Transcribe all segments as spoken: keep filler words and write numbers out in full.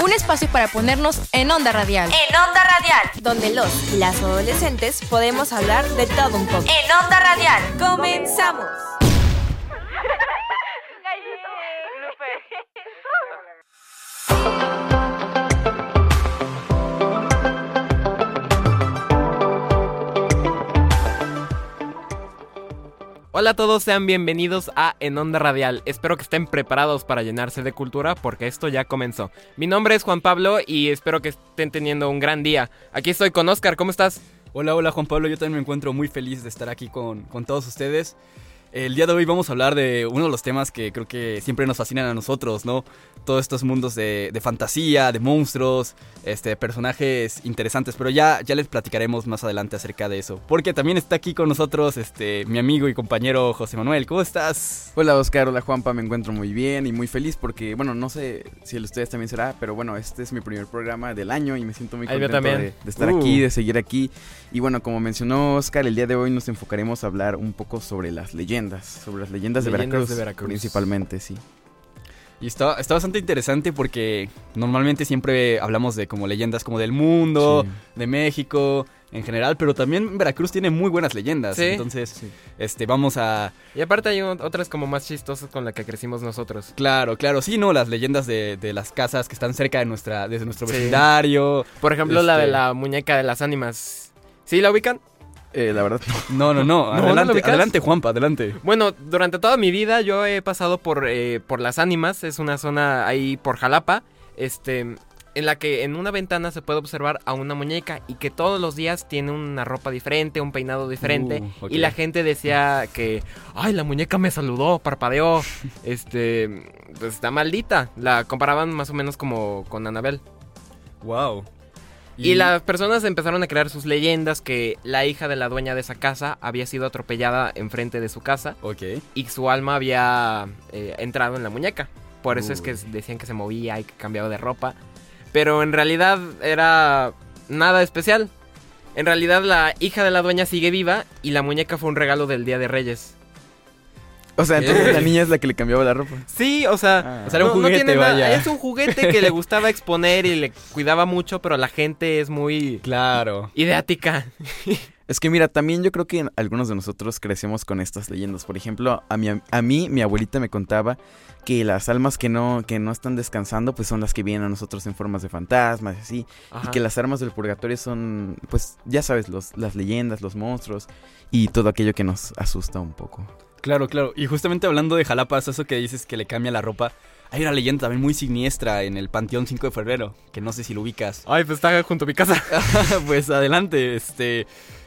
un espacio para ponernos en onda radial. En Onda Radial, Donde los y las adolescentes podemos hablar de todo un poco. en Onda Radial. ¡Comenzamos! Hola a todos, sean bienvenidos a En Onda Radial. Espero que estén preparados para llenarse de cultura porque esto ya comenzó. Mi nombre es Juan Pablo y espero que estén teniendo un gran día. Aquí estoy con Oscar, ¿cómo estás? Hola, hola Juan Pablo, yo también me encuentro muy feliz de estar aquí con, con todos ustedes. El día de hoy vamos a hablar de uno de los temas que creo que siempre nos fascinan a nosotros, ¿no? Todos estos mundos de, de fantasía, de monstruos, este, personajes interesantes, pero ya, ya les platicaremos más adelante acerca de eso. Porque también está aquí con nosotros este, mi amigo y compañero José Manuel, ¿cómo estás? Hola Oscar, hola Juanpa, me encuentro muy bien y muy feliz porque, bueno, no sé si el de ustedes también será, pero bueno, este es mi primer programa del año y me siento muy Ay, yo contento también. de, de estar Uh. aquí, de seguir aquí. Y bueno, como mencionó Oscar, el día de hoy nos enfocaremos a hablar un poco sobre las leyendas, sobre las leyendas, de, Leyendas Veracruz, de Veracruz. principalmente, sí. Y está, está bastante interesante porque normalmente siempre hablamos de como leyendas como del mundo, Sí. de México en general, pero también Veracruz tiene muy buenas leyendas. Sí. Entonces, Sí. este, vamos a... Y aparte hay un- otras como más chistosas con las que crecimos nosotros. Claro, claro, sí, ¿no? Las leyendas de, de las casas que están cerca de nuestra, de nuestro Sí. vecindario. Por ejemplo, la de Este- la muñeca de las ánimas. ¿Sí la ubican? Eh, la verdad, no. No, no, no, ¿No, no lo adelante, ubicas? adelante Juanpa, adelante. Bueno, durante toda mi vida yo he pasado por, eh, por las ánimas, es una zona ahí por Jalapa, este, en la que en una ventana se puede observar a una muñeca y que todos los días tiene una ropa diferente, un peinado diferente, Uh, ok. y la gente decía que, ay, la muñeca me saludó, parpadeó, este, pues está maldita, la comparaban más o menos como con Anabel. Wow. Y las personas empezaron a crear sus leyendas que la hija de la dueña de esa casa había sido atropellada enfrente de su casa Ok. y su alma había eh, entrado en la muñeca. Por eso es que Uy. decían que se movía y que cambiaba de ropa. Pero en realidad era nada especial. En realidad la hija de la dueña sigue viva y la muñeca fue un regalo del Día de Reyes. O sea, entonces la niña es la que le cambiaba la ropa. Sí, o sea, Ah. O sea, era un juguete, tiene nada- vaya. es un juguete que le gustaba exponer y le cuidaba mucho, pero la gente es muy Claro. ideática. Es que mira, también yo creo que algunos de nosotros crecemos con estas leyendas. Por ejemplo, a mí, a mí mi abuelita me contaba que las almas que no, que no están descansando, pues son las que vienen a nosotros en formas de fantasmas y así. Ajá. Y que las armas del purgatorio son, pues, ya sabes, los, las leyendas, los monstruos y todo aquello que nos asusta un poco. Claro, claro. Y justamente hablando de Jalapas, eso que dices que le cambia la ropa, hay una leyenda también muy siniestra en el Panteón cinco de febrero, que no sé si lo ubicas. Ay, pues está junto a mi casa. Pues adelante, este...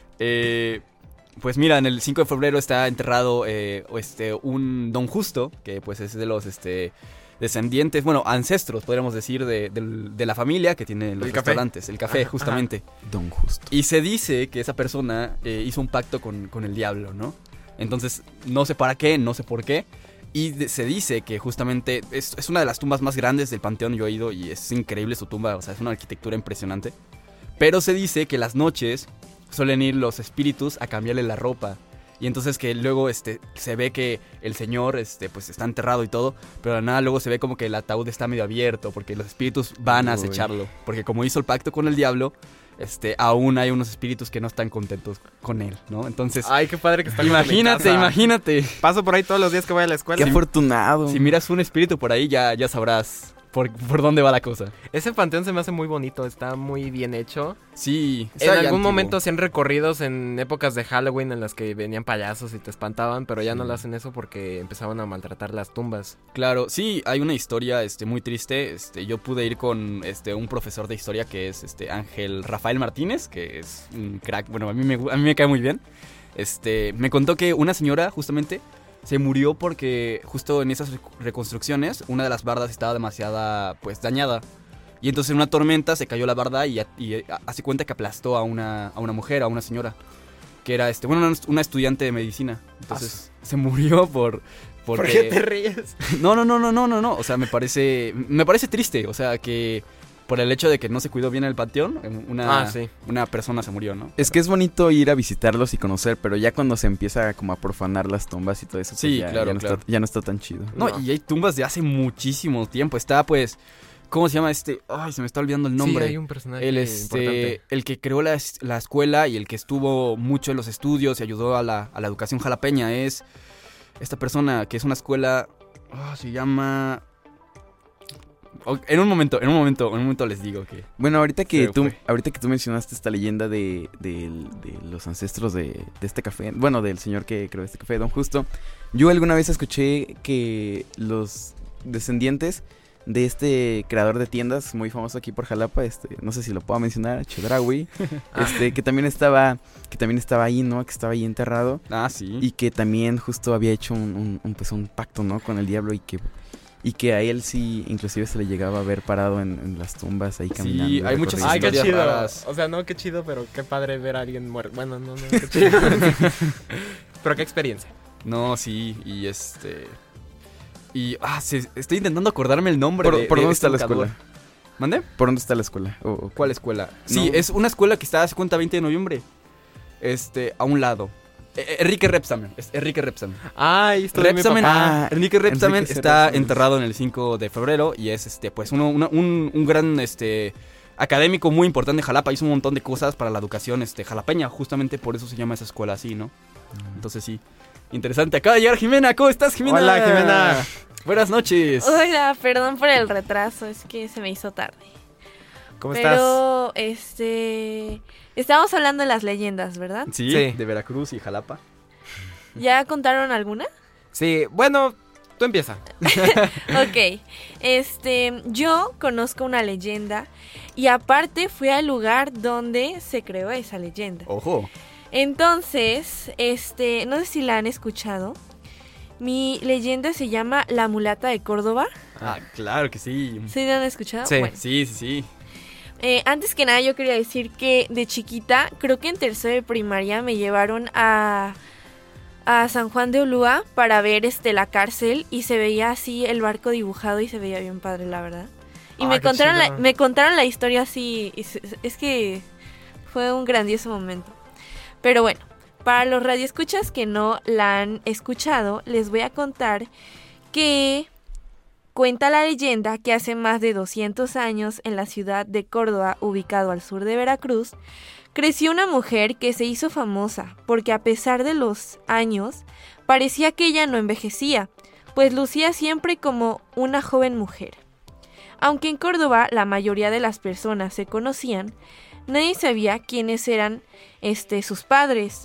eh, pues mira, en el cinco de febrero está enterrado eh, este, un Don Justo, que pues es de los este, descendientes, bueno, ancestros, podríamos decir, de, del- de la familia que tiene los El café. restaurantes, el café, Ajá, justamente. Don Justo. Y se dice que esa persona eh, hizo un pacto con, con el diablo, ¿no? Entonces, no sé para qué, no sé por qué. Y de- se dice que justamente es, es una de las tumbas más grandes del panteón. Yo he ido y es increíble su tumba, o sea, es una arquitectura impresionante. Pero se dice que las noches suelen ir los espíritus a cambiarle la ropa. Y entonces que luego este, se ve que el señor este, pues está enterrado y todo, pero de nada luego se ve como que el ataúd está medio abierto porque los espíritus van a Uy. acecharlo. Porque como hizo el pacto con el diablo, este, aún hay unos espíritus que no están contentos con él, ¿no? Entonces, Ay, qué padre que está junto a mi imagínate, casa. imagínate. Paso por ahí todos los días que voy a la escuela. Qué afortunado. Si miras un espíritu por ahí, ya, ya sabrás por, por dónde va la cosa. Ese panteón se me hace muy bonito, está muy bien hecho. Sí, En está ya algún antiguo. momento hacían recorridos en épocas de Halloween en las que venían payasos y te espantaban, pero ya no lo hacen eso porque empezaban a maltratar las tumbas. Claro, sí, hay una historia este, muy triste. Este, yo pude ir con este, un profesor de historia que es este, Ángel Rafael Martínez, que es un crack. Bueno, a mí me, gu- a mí me cae muy bien. Este, me contó que una señora, justamente, se murió porque justo en esas rec- reconstrucciones, una de las bardas estaba demasiado, pues, dañada. Y entonces en una tormenta se cayó la barda y, y eh, hace cuenta que aplastó a una, a una mujer, a una señora. Que era, este, bueno, una, una estudiante de medicina. Entonces se murió por... Porque... ¿Por qué te ríes? No, no, no, no, no, no, no. O sea, me parece, me parece triste. O sea, que por el hecho de que no se cuidó bien el panteón, una, Ah, sí. una persona se murió, ¿no? Es que es bonito ir a visitarlos y conocer, pero ya cuando se empieza como a profanar las tumbas y todo eso, pues Sí, ya, claro, ya no claro. Está, ya no está tan chido. No, No. y hay tumbas de hace muchísimo tiempo. Está, pues, ¿Cómo se llama este? Ay, se me está olvidando el nombre. Sí, hay un personaje el, este, importante. el que creó la, la escuela y el que estuvo mucho en los estudios y ayudó a la, a la educación jalapeña es esta persona que es una escuela... Oh, se llama... En un momento, en un momento, en un momento les digo que... Bueno, ahorita que Se tú fue. ahorita que tú mencionaste esta leyenda de, de, de los ancestros de, de este café, bueno, del señor que creó este café, Don Justo, yo alguna vez escuché que los descendientes de este creador de tiendas muy famoso aquí por Jalapa, este, no sé si lo puedo mencionar, Chedraui, este, que también estaba, que también estaba ahí, ¿no? Que estaba ahí enterrado Ah, sí. y que también justo había hecho un, un, un, pues un pacto, ¿no? Con el diablo y que y que a él sí, inclusive se le llegaba a ver parado en, en las tumbas ahí caminando. Sí, hay muchas Ay, qué historias chido. raras. O sea, no, qué chido, pero qué padre ver a alguien muerto. Bueno, no, no, qué chido. Pero qué experiencia. No, sí, y este... Y, ah, se, estoy intentando acordarme el nombre ¿Por, de, por de dónde este está la educador. escuela? ¿Mande? ¿Por dónde está la escuela? O- o- ¿Cuál escuela? Sí, No. es una escuela que está, se cuenta, veinte de noviembre. Este, a un lado. Eh, Enrique Repsamen, es Enrique Repsamen. Ay, esto de mi Repsamen, papá. Ah, Enrique Repsamen Enrique C. está Repsamen. enterrado en el cinco de febrero y es, este, pues, uno, una- un, un gran, este... académico muy importante de Jalapa, hizo un montón de cosas para la educación este, jalapeña, justamente por eso se llama esa escuela así, ¿no? Entonces sí, interesante. Acaba de llegar Jimena, ¿cómo estás, Jimena? Hola, Jimena. Buenas noches. Hola, perdón por el retraso, es que se me hizo tarde. ¿Cómo estás? Pero, este... Estábamos hablando de las leyendas, ¿verdad? Sí, Sí. de Veracruz y Jalapa. ¿Ya contaron alguna? Sí, bueno, tú empieza. Ok, este, yo conozco una leyenda y aparte fui al lugar donde se creó esa leyenda. Ojo. Entonces, este, no sé si la han escuchado. Mi leyenda se llama La Mulata de Córdoba. Ah, claro que sí. ¿Sí la han escuchado? Sí. Bueno, Sí, sí, sí. eh, antes que nada yo quería decir que de chiquita, creo que en tercero de primaria me llevaron a... a San Juan de Ulúa para ver este la cárcel y se veía así el barco dibujado y se veía bien padre, la verdad. Y Ah, me qué contaron la, chido. me contaron la historia así, y se- es que fue un grandioso momento. Pero bueno, para los radioescuchas que no la han escuchado, les voy a contar que cuenta la leyenda que hace más de doscientos años en la ciudad de Córdoba, ubicado al sur de Veracruz, creció una mujer que se hizo famosa porque a pesar de los años parecía que ella no envejecía, pues lucía siempre como una joven mujer. Aunque en Córdoba la mayoría de las personas se conocían, nadie sabía quiénes eran este, sus padres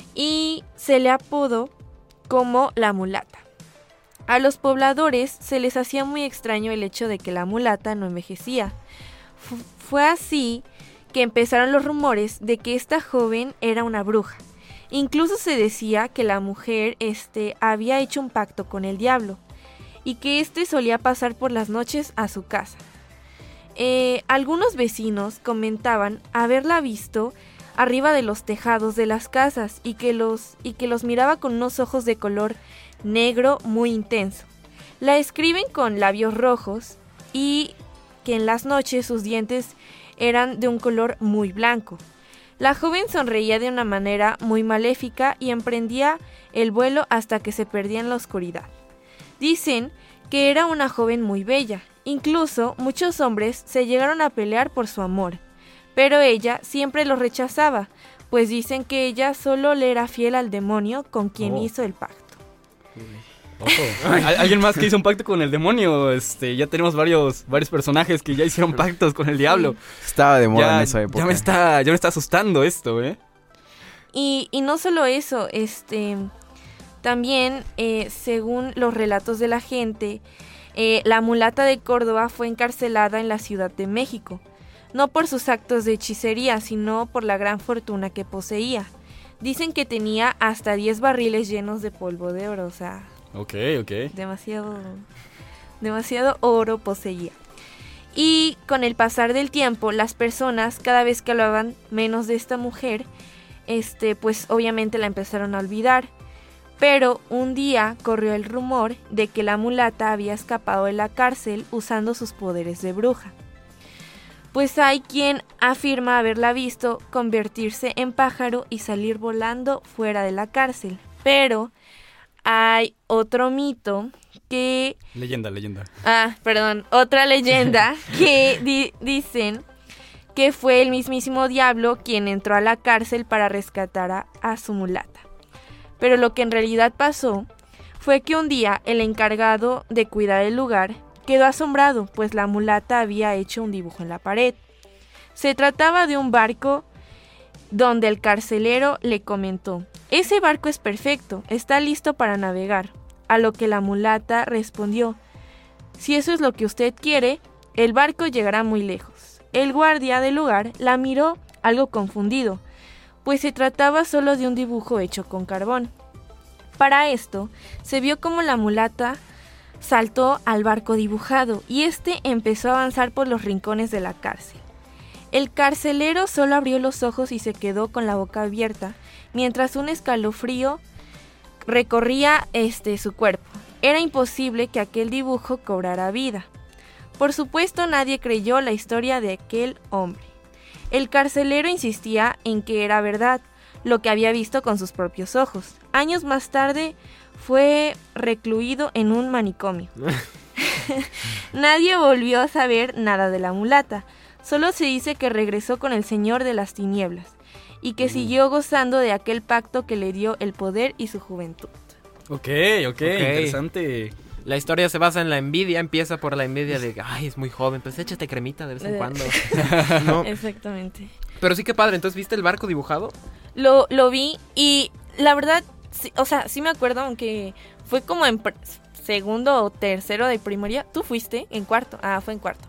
y se le apodó como la mulata. A los pobladores se les hacía muy extraño el hecho de que la mulata no envejecía. Fu- fue así que empezaron los rumores de que esta joven era una bruja. Incluso se decía que la mujer este, había hecho un pacto con el diablo y que éste solía pasar por las noches a su casa. Eh, algunos vecinos comentaban haberla visto arriba de los tejados de las casas y que los, y que los miraba con unos ojos de color negro muy intenso. La escriben con labios rojos y que en las noches sus dientes eran de un color muy blanco. La joven sonreía de una manera muy maléfica y emprendía el vuelo hasta que se perdía en la oscuridad. Dicen que era una joven muy bella, incluso muchos hombres se llegaron a pelear por su amor, pero ella siempre lo rechazaba, pues dicen que ella solo le era fiel al demonio con quien Oh. hizo el pacto. Al- Alguien más que hizo un pacto con el demonio. Este, ya tenemos varios, varios personajes que ya hicieron pactos con el diablo. Estaba de moda Ya, en esa época. ya me está, ya me está asustando esto, ¿eh? Y, y no solo eso, este, también eh, según los relatos de la gente, eh, la mulata de Córdoba fue encarcelada en la Ciudad de México, no por sus actos de hechicería, sino por la gran fortuna que poseía. Dicen que tenía hasta diez barriles llenos de polvo de oro, o sea, Ok, ok. demasiado, demasiado oro poseía. Y con el pasar del tiempo, las personas cada vez que hablaban menos de esta mujer, este, pues obviamente la empezaron a olvidar. Pero un día corrió el rumor de que la mulata había escapado de la cárcel usando sus poderes de bruja. Pues hay quien afirma haberla visto convertirse en pájaro y salir volando fuera de la cárcel. Pero hay otro mito que... Leyenda, leyenda. Ah, perdón, otra leyenda que di- dicen que fue el mismísimo diablo quien entró a la cárcel para rescatar a, a su mulata. Pero lo que en realidad pasó fue que un día el encargado de cuidar el lugar quedó asombrado, pues la mulata había hecho un dibujo en la pared. Se trataba de un barco donde el carcelero le comentó: «Ese barco es perfecto, está listo para navegar». A lo que la mulata respondió: «Si eso es lo que usted quiere, el barco llegará muy lejos». El guardia del lugar la miró algo confundido, pues se trataba solo de un dibujo hecho con carbón. Para esto, se vio como la mulata saltó al barco dibujado y este empezó a avanzar por los rincones de la cárcel. El carcelero solo abrió los ojos y se quedó con la boca abierta, mientras un escalofrío recorría este su cuerpo. Era imposible que aquel dibujo cobrara vida. Por supuesto, nadie creyó la historia de aquel hombre. El carcelero insistía en que era verdad, lo que había visto con sus propios ojos. Años más tarde fue recluido en un manicomio. Nadie volvió a saber nada de la mulata. Solo se dice que regresó con el Señor de las Tinieblas y que siguió gozando de aquel pacto que le dio el poder y su juventud. Ok, ok, interesante. La historia se basa en la envidia, empieza por la envidia de, ay, es muy joven, pues échate cremita de vez en cuando. ¿No? Exactamente. Pero sí que padre, entonces, ¿viste el barco dibujado? Lo, lo vi y la verdad, sí, o sea, sí me acuerdo, aunque fue como en pr- segundo o tercero de primaria. ¿Tú fuiste? En cuarto. Ah, fue en cuarto.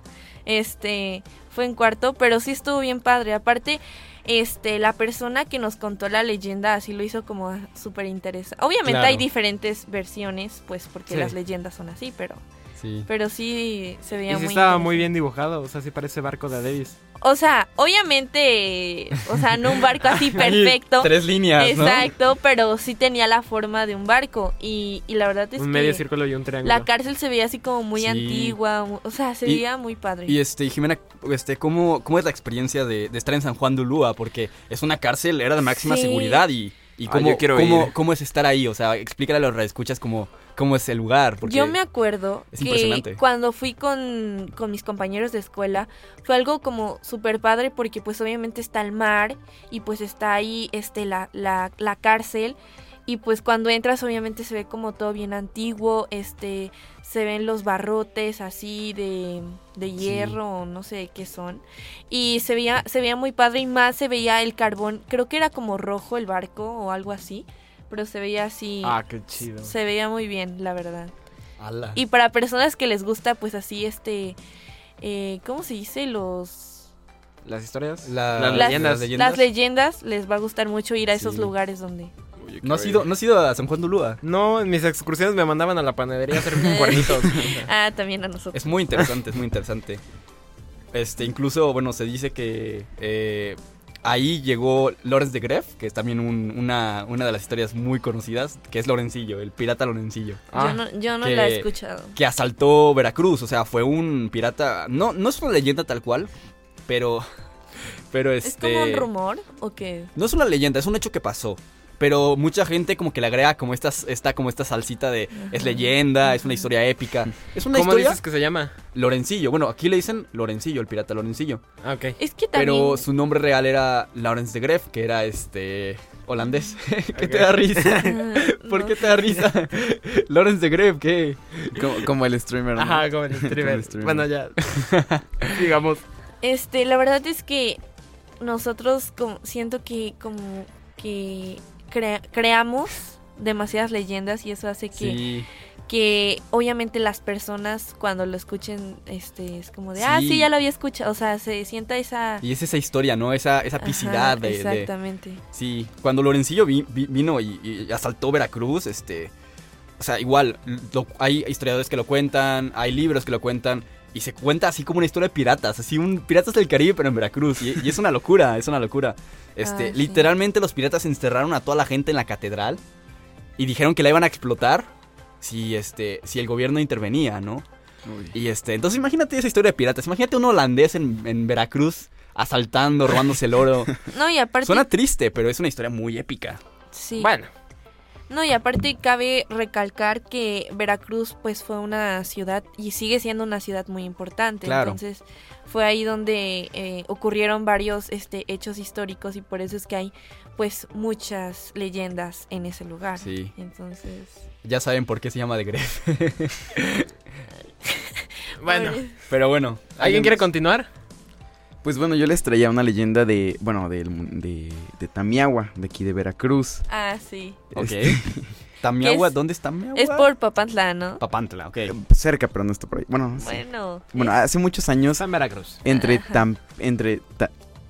Este, fue en cuarto, pero sí estuvo bien padre. Aparte, este, la persona que nos contó la leyenda así lo hizo como súper interesante. Obviamente Claro. hay diferentes versiones, pues porque Sí. las leyendas son así, pero, Sí. pero sí se veía Y sí muy estaba interesante. muy bien dibujado, o sea, sí parece barco de Davis. O sea, obviamente, o sea, no un barco así perfecto. Tres líneas, ¿no? Exacto, pero sí tenía la forma de un barco y, y la verdad es Un que medio círculo y un triángulo. la cárcel se veía así como muy Sí. antigua, mu- o sea, se Y- veía muy padre. Y este, Jimena, este, ¿cómo, cómo es la experiencia de, de estar en San Juan de Ulúa? Porque es una cárcel, era de máxima Sí. seguridad y, y Ah, cómo, yo quiero cómo, ir. cómo es estar ahí. O sea, explícale a los radioescuchas cómo, cómo es el lugar. Porque Yo me acuerdo es que impresionante. cuando fui con, con mis compañeros de escuela fue algo como súper padre porque pues obviamente está el mar y pues está ahí este la, la, la cárcel y pues cuando entras obviamente se ve como todo bien antiguo, este se ven los barrotes así de, de hierro o no sé qué son y se veía, se veía muy padre y más se veía el carbón, creo que era como rojo el barco o algo así, pero se veía así. Ah, qué chido. Se veía muy bien, la verdad. Ala. Y para personas que les gusta, pues así, este, eh, ¿cómo se dice? Los... ¿Las historias? La- Las las, leyendas. las leyendas. las leyendas les va a gustar mucho ir a esos Sí. lugares donde... ¿No has, ido, ¿No has ido a San Juan de Ulúa? No, en mis excursiones me mandaban a la panadería a hacer cuernitos. Ah, también a nosotros. Es muy interesante, es muy interesante. Este, incluso, bueno, se dice que eh, ahí llegó Lawrence de Greff, que es también un- una, una de las historias muy conocidas, que es Lorencillo, el pirata Lorencillo, Ah, yo no, yo no que- la he escuchado. que asaltó Veracruz. O sea, fue un pirata. No, no es una leyenda tal cual, pero. Pero ¿Es este. como un rumor o qué? No es una leyenda, es un hecho que pasó. Pero mucha gente como que le agrega como esta, esta, como esta salsita de es Ajá. leyenda, es una historia épica. Es una ¿Cómo historia dices que se llama? Lorencillo. Bueno, aquí le dicen Lorencillo, el pirata Lorencillo. Ah, ok. Es que también... Pero su nombre real era Lawrence de Greff, que era este holandés. ¿Qué Ok. te da risa? Ah, ¿Por no qué te da risa? Lawrence de Greff, ¿qué? Como, como el streamer, ¿no? Ajá, como el Como streamer. el streamer. Bueno, ya. Digamos. Este, la verdad es que nosotros como, siento que como que crea- creamos demasiadas leyendas y eso hace que, Sí. que obviamente las personas cuando lo escuchen este es como de ah Sí. sí ya lo había escuchado, o sea, se sienta esa Y es esa historia, ¿no? Esa, esa Ajá, picidad de, de- exactamente. Sí, cuando Lorencillo vi- vi- vino y, y asaltó Veracruz, este... O sea, igual, lo- hay historiadores que lo cuentan, hay libros que lo cuentan, y se cuenta así como una historia de piratas, así un Piratas del Caribe pero en Veracruz, y, y es una locura, es una locura. Este, Ah, sí. literalmente los piratas encerraron a toda la gente en la catedral y dijeron que la iban a explotar si, este, si el gobierno intervenía, ¿no? Uy. Y este, entonces imagínate esa historia de piratas, imagínate un holandés en, en Veracruz asaltando, robándose el oro. No, y aparte Suena triste, pero es una historia muy épica. sí. Bueno, No, y aparte cabe recalcar que Veracruz pues fue una ciudad y sigue siendo una ciudad muy importante. Claro. Entonces fue ahí donde eh, ocurrieron varios este, hechos históricos y por eso es que hay pues muchas leyendas en ese lugar. Sí. Entonces... Ya saben por qué se llama The Gref. Bueno, Pues, Pero bueno. ¿alguien quiere continuar? Pues bueno, yo les traía una leyenda de, bueno, de, de, de Tamiahua, de aquí de Veracruz. ah, sí. Ok. Este, Tamiahua, Es- ¿dónde está Tamiahua? Es por Papantla, ¿no? Papantla, ok. cerca, pero no está por ahí. Bueno, sí. Bueno. Bueno, es- hace muchos años, San Veracruz. entre, Ajá. Tam, entre Ta-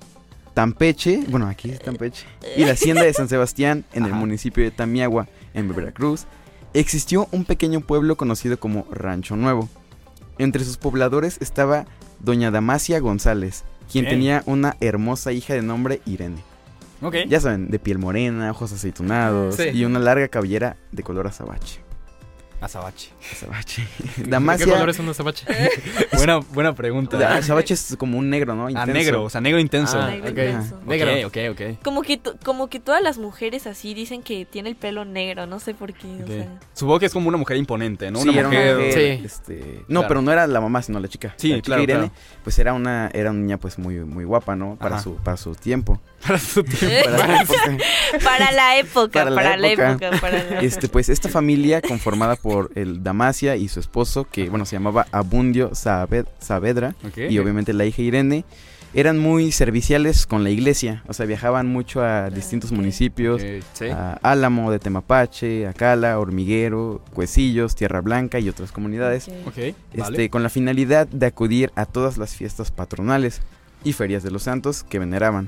Tampeche, bueno, aquí es Tampeche, y la hacienda de San Sebastián, en el Ajá. municipio de Tamiahua, en Veracruz, existió un pequeño pueblo conocido como Rancho Nuevo. Entre sus pobladores estaba doña Damasia González, quien Ok. tenía una hermosa hija de nombre Irene. Ok. Ya saben, de piel morena, ojos aceitunados Sí. y una larga cabellera de color azabache. Azabache. Azabache. ¿De qué Damasia. color es un azabache? buena, buena pregunta. Da- Azabache es como un negro, ¿no? Ah, Intenso. negro, o sea, negro intenso. Ah, Negro ok. intenso. Ok, Negro. ok, ok. Como que, to- como que todas las mujeres así dicen que tiene el pelo negro, no sé por qué. O Ok. sea. Supongo que es como una mujer imponente, ¿no? Sí, una era mujer. una mujer, Sí. este, no, Claro. pero no era la mamá, sino la chica. Sí, la chica claro, Irene, claro. pues era una, era una niña pues muy, muy guapa, ¿no? Para Ajá. su, para su tiempo. Para su tiempo. Para la época. Para la época, Para para, la la época. época, para la Este, pues esta familia conformada por el Damasia y su esposo, que bueno, se llamaba Abundio Saaved- Saavedra, Ok. y obviamente la hija Irene, eran muy serviciales con la iglesia. O sea, viajaban mucho a distintos ok. municipios. Ok. Sí. A Álamo de Temapache, Acala, Hormiguero, Cuecillos, Tierra Blanca y otras comunidades, Ok. Ok, este, vale. con la finalidad de acudir a todas las fiestas patronales y ferias de los santos que veneraban.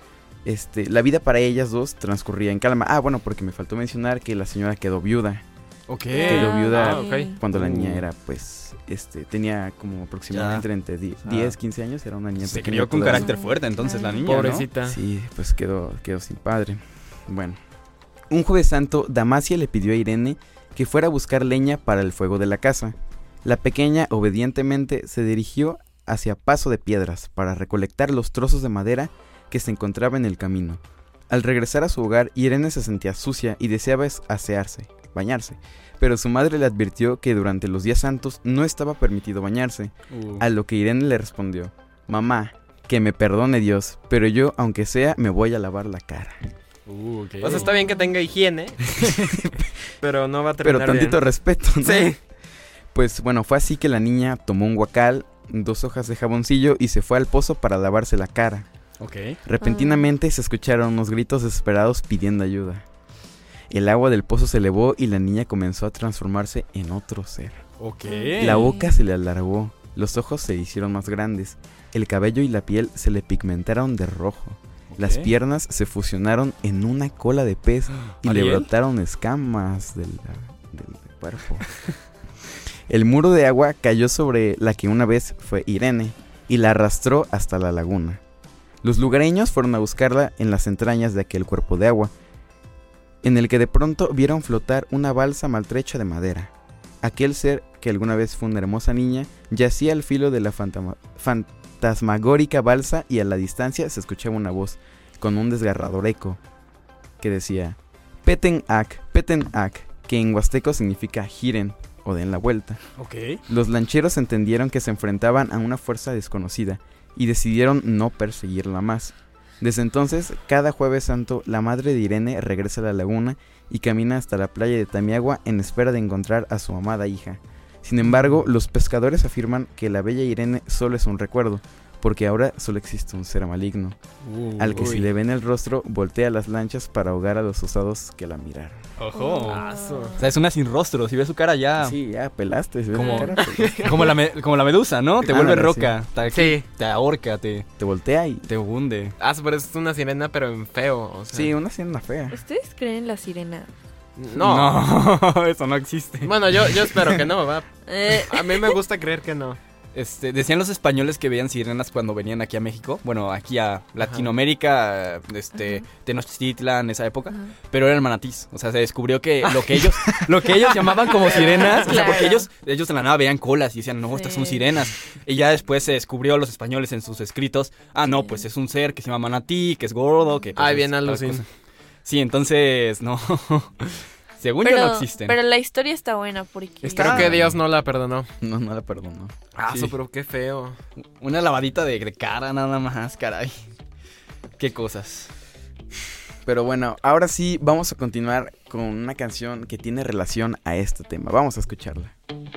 Este, la vida para ellas dos transcurría en calma. Ah, bueno, porque me faltó mencionar que la señora quedó viuda Ok. quedó viuda. Ah, ok. cuando la niña Uh. era, pues, este, tenía como aproximadamente entre die- Ah. diez, quince años, era una niña Se pequeña crió con todavía. carácter fuerte entonces la niña, ¿no? Pobrecita. Sí, pues quedó, quedó sin padre. Bueno, un jueves santo, Damasia le pidió a Irene que fuera a buscar leña para el fuego de la casa. La pequeña obedientemente se dirigió hacia Paso de Piedras para recolectar los trozos de madera que se encontraba en el camino. Al regresar a su hogar, Irene se sentía sucia y deseaba es- asearse, bañarse, pero su madre le advirtió que durante los días santos no estaba permitido bañarse. Uh. A lo que Irene le respondió: mamá, que me perdone Dios, pero yo, aunque sea, me voy a lavar la cara. Uh, ok. O sea, está bien que tenga higiene, pero no va a Pero terminar tantito bien. respeto, ¿no? Sí. Pues bueno, fue así que la niña tomó un guacal, dos hojas de jaboncillo y se fue al pozo para lavarse la cara. Ok. Repentinamente se escucharon unos gritos desesperados pidiendo ayuda. El agua del pozo se elevó y la niña comenzó a transformarse en otro ser. Ok. La boca se le alargó, los ojos se hicieron más grandes, el cabello y la piel se le pigmentaron de rojo. Las Ok. piernas se fusionaron en una cola de pez y le ¿Ariel? brotaron escamas del, del cuerpo. El muro de agua cayó sobre la que una vez fue Irene y la arrastró hasta la laguna. Los lugareños fueron a buscarla en las entrañas de aquel cuerpo de agua, en el que de pronto vieron flotar una balsa maltrecha de madera. Aquel ser, que alguna vez fue una hermosa niña, yacía al filo de la fantama- fantasmagórica balsa y a la distancia se escuchaba una voz con un desgarrador eco que decía: Peten ak, Peten ak, que en huasteco significa giren o den la vuelta. Ok. Los lancheros entendieron que se enfrentaban a una fuerza desconocida y decidieron no perseguirla más. Desde entonces, cada jueves santo, la madre de Irene regresa a la laguna y camina hasta la playa de Tamiahua en espera de encontrar a su amada hija. Sin embargo, los pescadores afirman que la bella Irene solo es un recuerdo, porque ahora solo existe un ser maligno, Uh, al que uy. si le ven el rostro, voltea las lanchas para ahogar a los osados que la miraron. Ojo. Ah. O sea, es una sin rostro. Si ves su cara ya. Sí, ya pelaste. se ve Como- la cara, pues, Como, la me- como la medusa, ¿no? Te vuelve Ándale, roca. Te, Sí. te ahorca, te, te voltea y... te hunde. Ah, pero es una sirena, pero en feo. O sea. Sí, una escena fea. ¿Ustedes creen en la sirena? No. No, eso no existe. Bueno, yo, yo espero que no, va. Eh, A mí me gusta creer que no. Este, decían los españoles que veían sirenas cuando venían aquí a México. Bueno, aquí a Latinoamérica, este, Tenochtitlan, esa época. ajá. Pero eran manatís. O sea, se descubrió que lo que ellos, lo que ellos llamaban como sirenas, o sea, porque Claro. ellos, ellos en la nada veían colas y decían, no, estas son Sí. sirenas. Y ya después se descubrió los españoles en sus escritos, ah, no, pues es un ser que se llama manatí, que es gordo, que... pues, Ay, es bien tal alucin. cosa. Sí, entonces, no. Según pero, yo no existen. Pero la historia está buena porque... Está- Creo que Dios no la perdonó. No, no la perdono. Ah, Sí. su, pero qué feo. Una lavadita de, de cara nada más, caray. Qué cosas. Pero bueno, ahora sí vamos a continuar con una canción que tiene relación a este tema. Vamos a escucharla.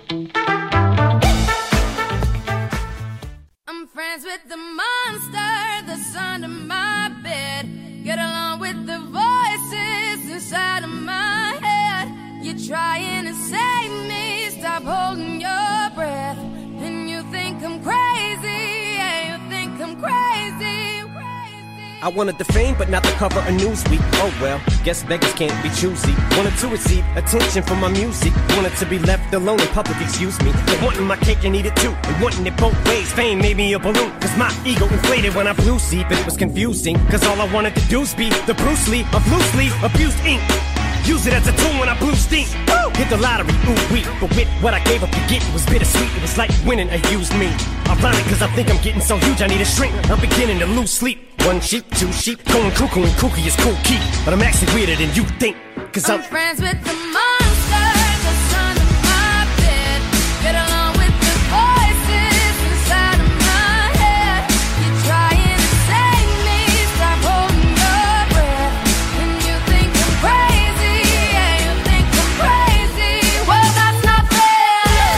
I'm friends with the monster that's under my bed. Get along with the voices inside of my head. You're trying to save me, stop holding your breath. And you think I'm crazy, yeah, you think I'm crazy, crazy. I wanted the fame, but not the cover of Newsweek. Oh well, guess beggars can't be choosy. Wanted to receive attention from my music. Wanted to be left alone in public, excuse me. But wanting my cake and eat it too. And wanting it both ways. Fame made me a balloon. Cause my ego inflated when I blew see. But it was confusing. Cause all I wanted to do was be the Bruce Lee of loosely abused ink. Use it as a tool when I blew steam. Woo! Hit the lottery, ooh wee. But with what I gave up to get, it was bittersweet. It was like winning a used me. Ironic, cause I think I'm getting so huge I need a shrink. I'm beginning to lose sleep. One sheep, two sheep, going cuckoo and kooky is cool key. But I'm actually weirder than you think. Cause I'm, I'm friends with the monster that's under my bed. Get along with the voices inside of my head. You're trying to save me, stop holding your breath. And you think I'm crazy, yeah, you think I'm crazy. Well, that's not fair.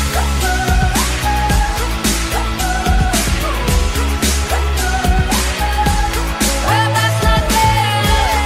Well, that's not fair.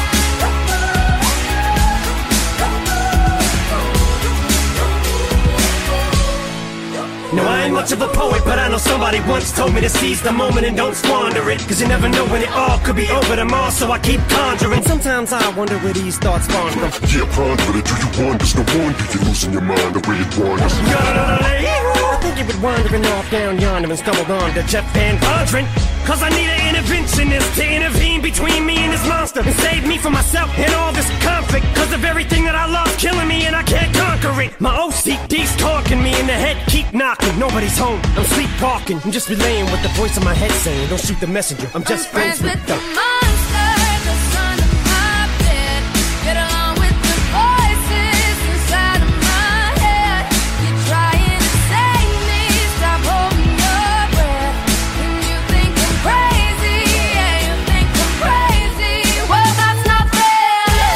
no, I ain't much of a poet, but I know somebody once told me to seize the moment and don't squander it. Cause you never know when it all could be over tomorrow, so I keep conjuring. Sometimes I wonder where these thoughts spawn from. Yeah, ponder it, do you wonder? There's no wonder you're losing your mind the way it wanders. I think you've been wandering off down yonder and stumbled on to Jeff Van Vondren. Cause I need an interventionist to intervene between me and this monster and save me from myself and all this conflict. Cause of everything that I love killing me and I can't conquer it. My O C D's talking me in the head, keep knocking. Nobody's home, I'm sleepwalking. I'm just relaying what the voice in my head saying. Don't shoot the messenger, I'm just I'm friends, friends with with the the monster that's under my bed. Get along with the voices inside of my head. You're trying to save me, stop holding your breath. And you think I'm crazy, yeah, you think I'm crazy. Well, that's not fair.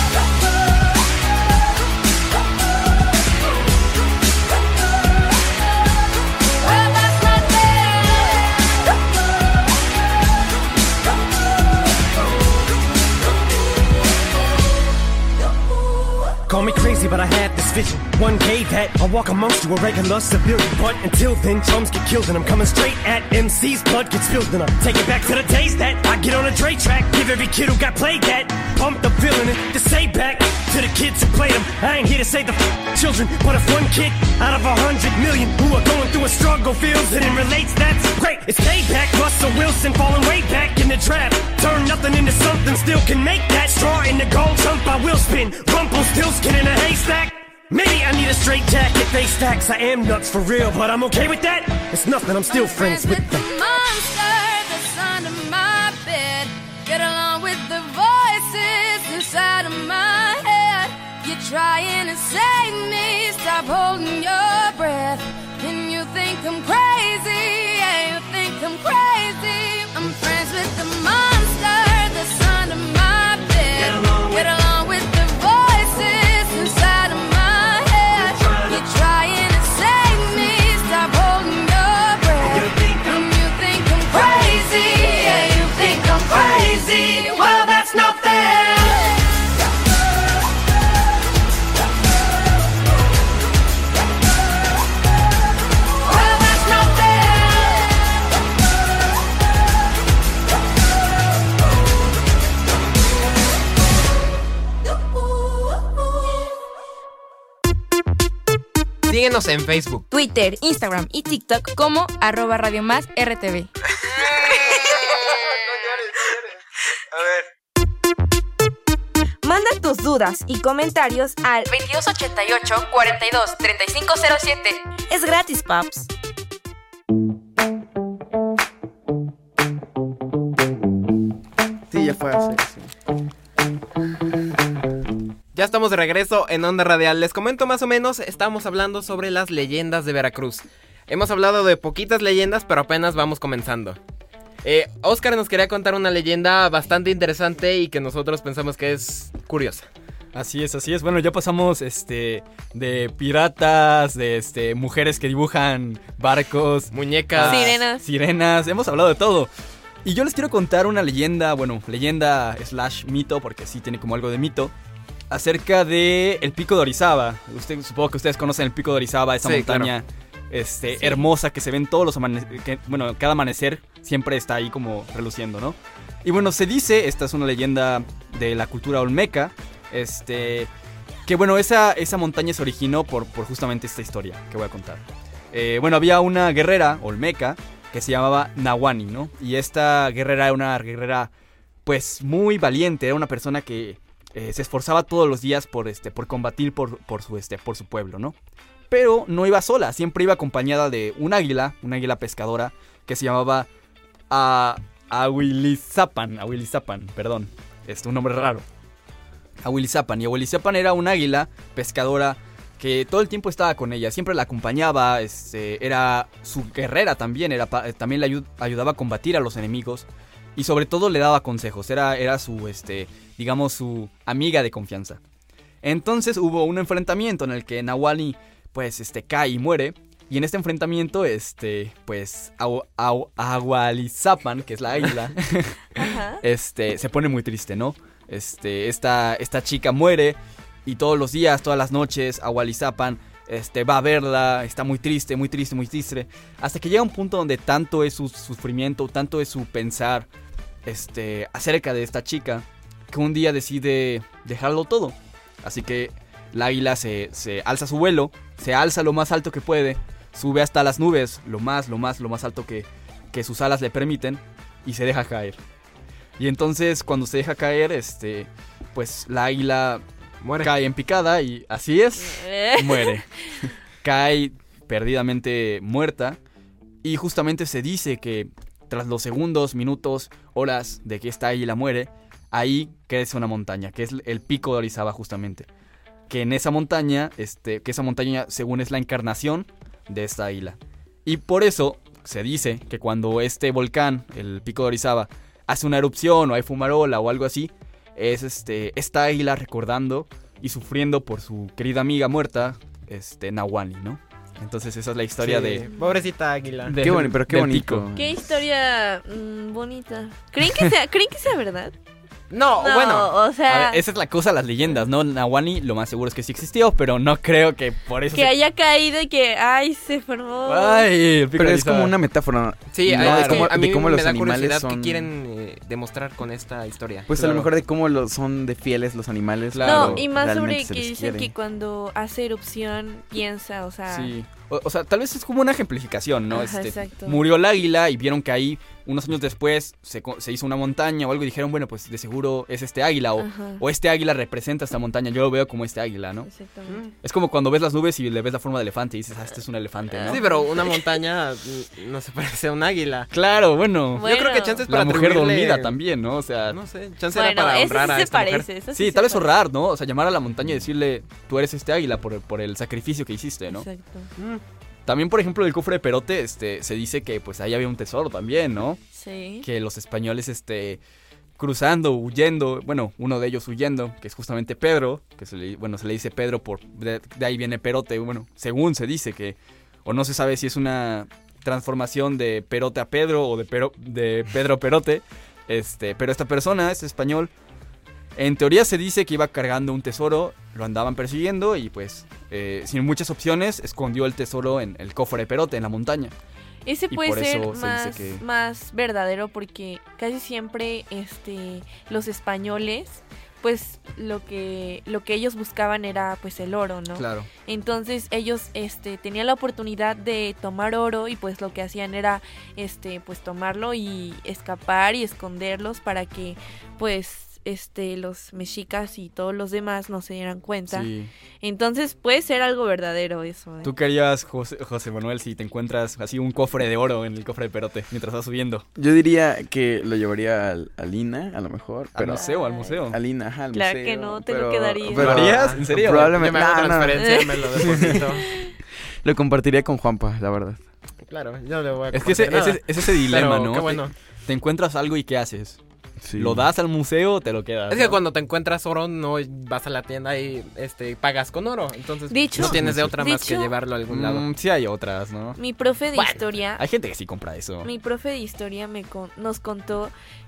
Well, that's not fair. Call me crazy, but I had this vision. One day that I'll walk amongst you, a regular civilian. But until then, chums get killed and I'm coming straight at M C's. Blood gets spilled and I'm taking back to the days that I get on a Dre track. Give every kid who got played that. Pump the feeling and to say back to the kids who played them. I ain't here to save the f- children, but if one kid out of a hundred million who are going through a struggle feels it and relates, that's great. It's payback. Russell Wilson falling way back in the draft. Turn nothing into something, still can make that. Straw in the gold jump, I will spin. Rumpelstiltskin in a haystack. Maybe I need a straight jacket, face stacks. I am nuts for real, but I'm okay with that. It's nothing, I'm still I'm friends with the them. monster that's under my bed. Get along with the voices inside of my head. You're trying to save me, stop holding your breath. And you think I'm crazy, yeah, you think I'm crazy. I'm friends with the monster that's under my bed. Get along with- Get along with the voices inside of my head. You're trying to save me, stop holding your breath. You think I'm- And you think I'm crazy, yeah, you think I'm crazy. Well, that's not fair. Well, that's not fair. Síguenos en Facebook. Twitter, Instagram y TikTok como arroba Radio Más R T V. Manda tus dudas y comentarios al veintidós ochenta y ocho, cuarenta y dos, treinta y cinco cero siete. Es gratis, paps. Sí, ya fue a hacer eso. Ya estamos de regreso en Onda Radial. Les comento más o menos, estamos hablando sobre las leyendas de Veracruz. Hemos hablado de poquitas leyendas, pero apenas vamos comenzando. Eh, Oscar nos quería contar una leyenda bastante interesante y que nosotros pensamos que es curiosa. Así es, así es. Bueno, ya pasamos este de piratas, de este mujeres que dibujan barcos, muñecas, sirenas. Sirenas, hemos hablado de todo. Y yo les quiero contar una leyenda, bueno, leyenda slash mito, porque sí tiene como algo de mito, acerca de el Pico de Orizaba. Usted, supongo que ustedes conocen el Pico de Orizaba, esa sí, montaña claro. este, sí. hermosa que se ven todos los amaneceres, bueno, cada amanecer siempre está ahí como reluciendo, ¿no? Y bueno, se dice, esta es una leyenda de la cultura olmeca, este, que bueno, esa, esa montaña se originó por, por justamente esta historia que voy a contar. Eh, bueno, había una guerrera olmeca que se llamaba Nahuani, ¿no? Y esta guerrera era una guerrera, pues, muy valiente, era una persona que Eh, se esforzaba todos los días por este por combatir por, por su este por su pueblo, ¿no? Pero no iba sola, siempre iba acompañada de un águila, una águila pescadora que se llamaba a Ahuilizapan, Ahuilizapan, perdón, este un nombre raro. Ahuilizapan, y Ahuilizapan era un águila pescadora que todo el tiempo estaba con ella, siempre la acompañaba, este, era su guerrera también, era también le ayud, ayudaba a combatir a los enemigos. Y sobre todo le daba consejos, era, era su, este, digamos, su amiga de confianza. Entonces hubo un enfrentamiento en el que Nahuani, pues, este, cae y muere. Y en este enfrentamiento, este, pues, Ahualizapan, que es la águila, este, se pone muy triste, ¿no? Este, esta, esta chica muere y todos los días, todas las noches, Ahualizapan, este, va a verla, está muy triste, muy triste, muy triste. Hasta que llega un punto donde tanto es su sufrimiento, tanto es su pensar este, acerca de esta chica, que un día decide dejarlo todo. Así que la águila se, se alza su vuelo, se alza lo más alto que puede, sube hasta las nubes, lo más, lo más, lo más alto que, que sus alas le permiten, y se deja caer. Y entonces cuando se deja caer, este, pues la águila muere. Cae en picada y así es, muere. Cae perdidamente muerta. Y justamente se dice que tras los segundos, minutos, horas de que esta águila muere, ahí crece una montaña, que es el Pico de Orizaba justamente. Que en esa montaña, este, que esa montaña según es la encarnación de esta águila. Y por eso se dice que cuando este volcán, el Pico de Orizaba, hace una erupción o hay fumarola o algo así, es este esta águila recordando y sufriendo por su querida amiga muerta, este Nahuani, ¿no? Entonces esa es la historia sí, de... Pobrecita águila. De, qué bonito, pero qué bonito. Qué historia mmm, bonita. ¿Creen que sea, ¿creen que sea verdad? No, no, bueno. O sea... A ver, esa es la cosa, las leyendas, ¿no? Nahuani lo más seguro es que sí existió, pero no creo que por eso... Que se... haya caído y que, ay, se formó... Ay, pero es como una metáfora. Sí, ¿no? claro. de cómo, a mí de cómo me los da animales curiosidad son... qué quieren eh, demostrar con esta historia. Pues claro. A lo mejor de cómo lo son de fieles los animales. Claro. No, y más sobre que dicen que cuando hace erupción piensa, o sea... Sí. O, o sea, tal vez es como una ejemplificación, ¿no? Ajá, este, exacto. Murió el águila y vieron que ahí, unos años después, se, se hizo una montaña o algo y dijeron, bueno, pues de seguro es este águila o, o este águila representa esta montaña. Yo lo veo como este águila, ¿no? Exactamente. Es como cuando ves las nubes y le ves la forma de elefante y dices, ah, este es un elefante, ¿no? Sí, pero una montaña no se parece a un águila. Claro, bueno. bueno yo creo que chances para la mujer atribuirle... dormida también, ¿no? O sea... No sé, chance bueno, era para honrar sí a se esta parece, mujer. Eso sí, sí tal vez parece. honrar, ¿no? O sea, llamar a la montaña y decirle, tú eres este águila por, por el sacrificio que hiciste, ¿no? Exacto. Mm. También, por ejemplo, el cofre de Perote, este, se dice que pues ahí había un tesoro también, ¿no? Sí. Que los españoles, este, cruzando, huyendo, bueno, uno de ellos huyendo, que es justamente Pedro, que se le, bueno, se le dice Pedro por, de, de ahí viene Perote, bueno, según se dice que, o no se sabe si es una transformación de Perote a Pedro o de, Pero, de Pedro a Perote, este, pero esta persona es español. En teoría se dice que iba cargando un tesoro, lo andaban persiguiendo y pues eh, sin muchas opciones escondió el tesoro en el cofre de Perote, en la montaña. Ese y puede ser se más, que... más verdadero porque casi siempre este, los españoles, pues lo que, lo que ellos buscaban era pues el oro, ¿no? Claro. Entonces ellos este, tenían la oportunidad de tomar oro y pues lo que hacían era este, pues tomarlo y escapar y esconderlos para que pues... este, los mexicas y todos los demás no se dieran cuenta. Sí. Entonces puede ser algo verdadero eso. ¿eh? ¿Tú qué harías, José, José Manuel, si te encuentras así un cofre de oro en el cofre de Perote mientras vas subiendo? Yo diría que lo llevaría al, al I N A, a lo mejor. Al museo, al museo. Al I N A, ajá, al Claro museo. que no, te pero- lo quedarías. pero- ¿Lo harías? ¿En serio? Probablemente. Yo me hago No, no. transferencia, me lo deposito. Lo compartiría con Juanpa, la verdad. Claro, yo le voy a Es que ese, compartir ese- es ese dilema, Pero, ¿no? qué bueno. Te, te encuentras algo y ¿qué haces? Sí. ¿Lo das al museo o te lo quedas? Es que ¿no? cuando te encuentras oro, no vas a la tienda y este pagas con oro. Entonces, Dicho- no tienes de otra más dicho- que llevarlo a algún lado. Mm, sí hay otras, ¿no? Mi profe de Bueno, historia, Hay gente que sí compra eso. mi profe de historia me con- nos contó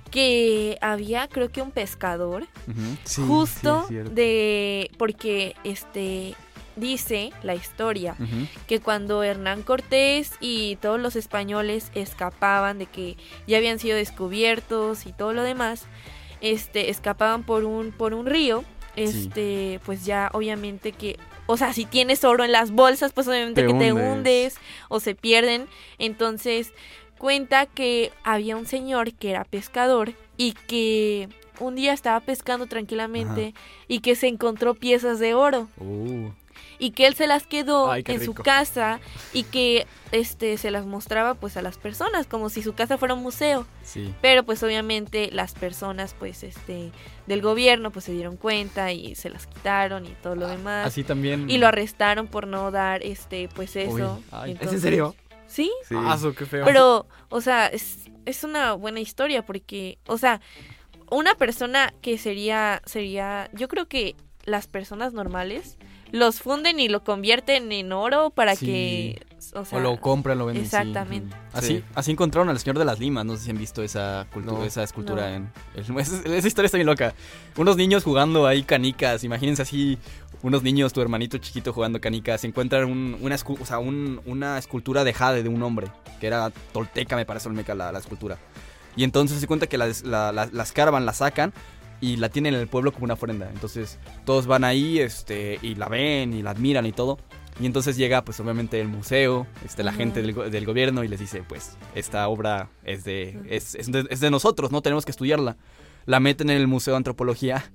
que había, creo que un pescador, Ujú. Sí, justo sí, es cierto. de, porque este dice la historia Ujú. que cuando Hernán Cortés y todos los españoles escapaban de que ya habían sido descubiertos y todo lo demás, este escapaban por un por un río, este pues ya obviamente que, o sea, si tienes oro en las bolsas, pues obviamente Te que te hundes. hundes o se pierden. Entonces cuenta que había un señor que era pescador y que un día estaba pescando tranquilamente y que se encontró piezas de oro Uh, y que él se las quedó Ay, qué en su rico. casa y que este se las mostraba pues a las personas como si su casa fuera un museo, sí. pero pues obviamente las personas pues este del gobierno pues se dieron cuenta y se las quitaron y todo lo demás Así también. y lo arrestaron por no dar este pues eso. Uy, ay, Y ¿Es en entonces- serio? Sí, Sí. Ah, su, qué feo. pero o sea, es es una buena historia porque, o sea, una persona que sería sería yo creo que las personas normales los funden y lo convierten en oro para Sí. que, o sea, O lo compran, lo venden. sí. exactamente. Ujú. Así, Sí. así encontraron al Señor de las Limas. No sé si han visto esa, cultu- No. esa escultura. No. En, el- esa, esa historia está bien loca. Unos niños jugando ahí canicas. Imagínense así, unos niños, tu hermanito chiquito jugando canicas. Encuentran un- una, escu- o sea, un- una escultura de jade de un hombre. Que era tolteca, me parece, olmeca la, la escultura. Y entonces se cuenta que las, la, la- las carvan, la sacan y la tienen en el pueblo como una ofrenda. Entonces todos van ahí este, y la ven y la admiran y todo. Y entonces llega pues obviamente el museo, este, la Ajá. gente del, go- del gobierno y les dice pues esta obra es de, es, es de, es de nosotros, no tenemos que estudiarla. La meten en el Museo de Antropología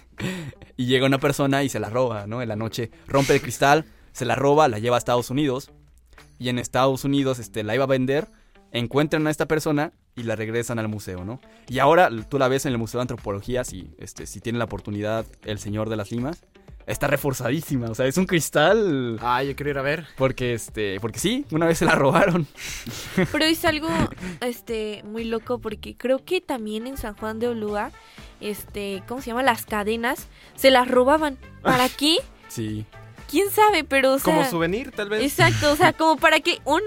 y llega una persona y se la roba, ¿no? En la noche rompe el cristal, se la roba, la lleva a Estados Unidos y en Estados Unidos este, la iba a vender, encuentran a esta persona y la regresan al museo, ¿no? Y ahora tú la ves en el Museo de Antropología, si, este, si tiene la oportunidad el Señor de las Limas, está reforzadísima, o sea, es un cristal... Ah, yo quiero ir a ver. Porque, este, porque sí, una vez se la robaron. Pero es algo este muy loco porque creo que también en San Juan de Ulúa, este, ¿cómo se llama? Las cadenas se las robaban. ¿Para qué? Sí. ¿Quién sabe? Pero o sea, Como souvenir, tal vez. exacto, o sea, como para que una